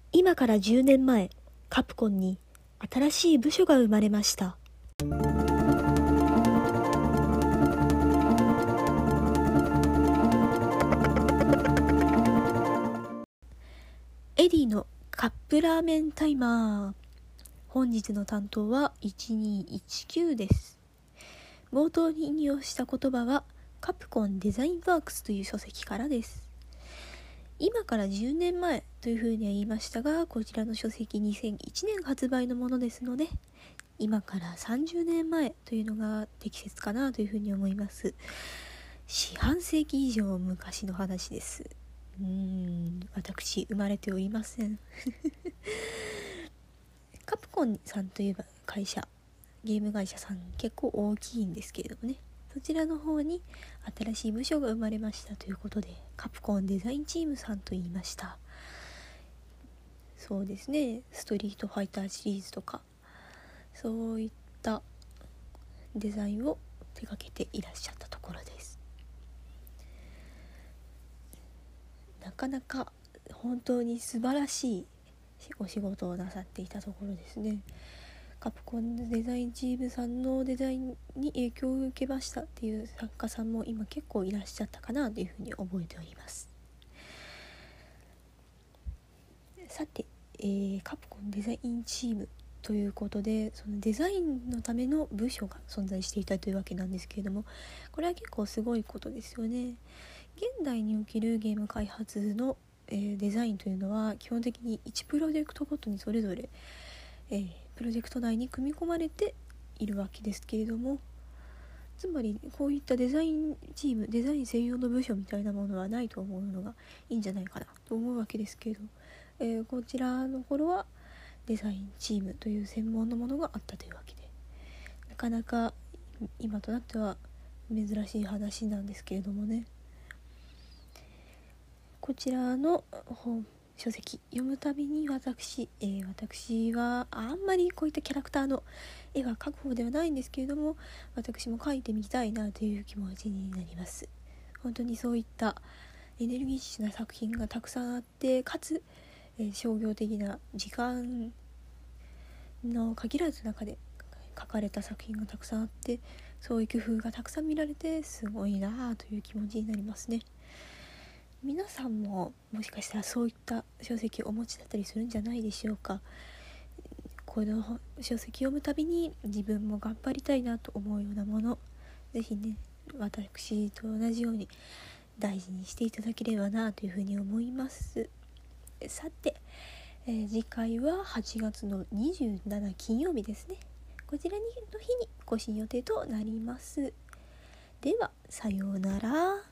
今から10年前、カプコンに新しい部署が生まれました。エディのカップラーメンタイマー。本日の担当は1219です。冒頭に引用した言葉はカプコンデザインワークスという書籍からです。今から10年前というふうには言いましたが、こちらの書籍2001年発売のものですので、今から30年前というのが適切かなというふうに思います。四半世紀以上昔の話です。私生まれておりませんカプコンさんといえばゲーム会社さん結構大きいんですけれどもね、そちらの方に新しい部署が生まれましたということで、カプコンデザインチームさんと言いました。そうですね、ストリートファイターシリーズとかそういったデザインを手掛けていらっしゃったところです。なかなか本当に素晴らしいお仕事をなさっていたところですね。カプコンデザインチームさんのデザインに影響を受けましたっていう作家さんも今結構いらっしゃったかなというふうに覚えております。さて、カプコンデザインチームということで、そのデザインのための部署が存在していたというわけなんですけれども、これは結構すごいことですよね。現代におけるゲーム開発の、デザインというのは基本的に1プロジェクトごとにそれぞれ、プロジェクト内に組み込まれているわけですけれども、つまりこういったデザインチーム、デザイン専用の部署みたいなものはないと思うのがいいんじゃないかなと思うわけですけど、こちらの頃はデザインチームという専門のものがあったというわけで、なかなか今となっては珍しい話なんですけれどもね。こちらの書籍読むたびに私はあんまりこういったキャラクターの絵は描く方ではないんですけれども、私も描いてみたいなという気持ちになります。本当にそういったエネルギッシュな作品がたくさんあって、かつ、商業的な時間の限らず中で描かれた作品がたくさんあって、そういう工夫がたくさん見られてすごいなという気持ちになりますね。皆さんももしかしたらそういった書籍をお持ちだったりするんじゃないでしょうか。この書籍読むたびに自分も頑張りたいなと思うようなもの、ぜひね、私と同じように大事にしていただければなというふうに思います。さて、次回は8月の27金曜日ですね。こちらの日に更新予定となります。ではさようなら。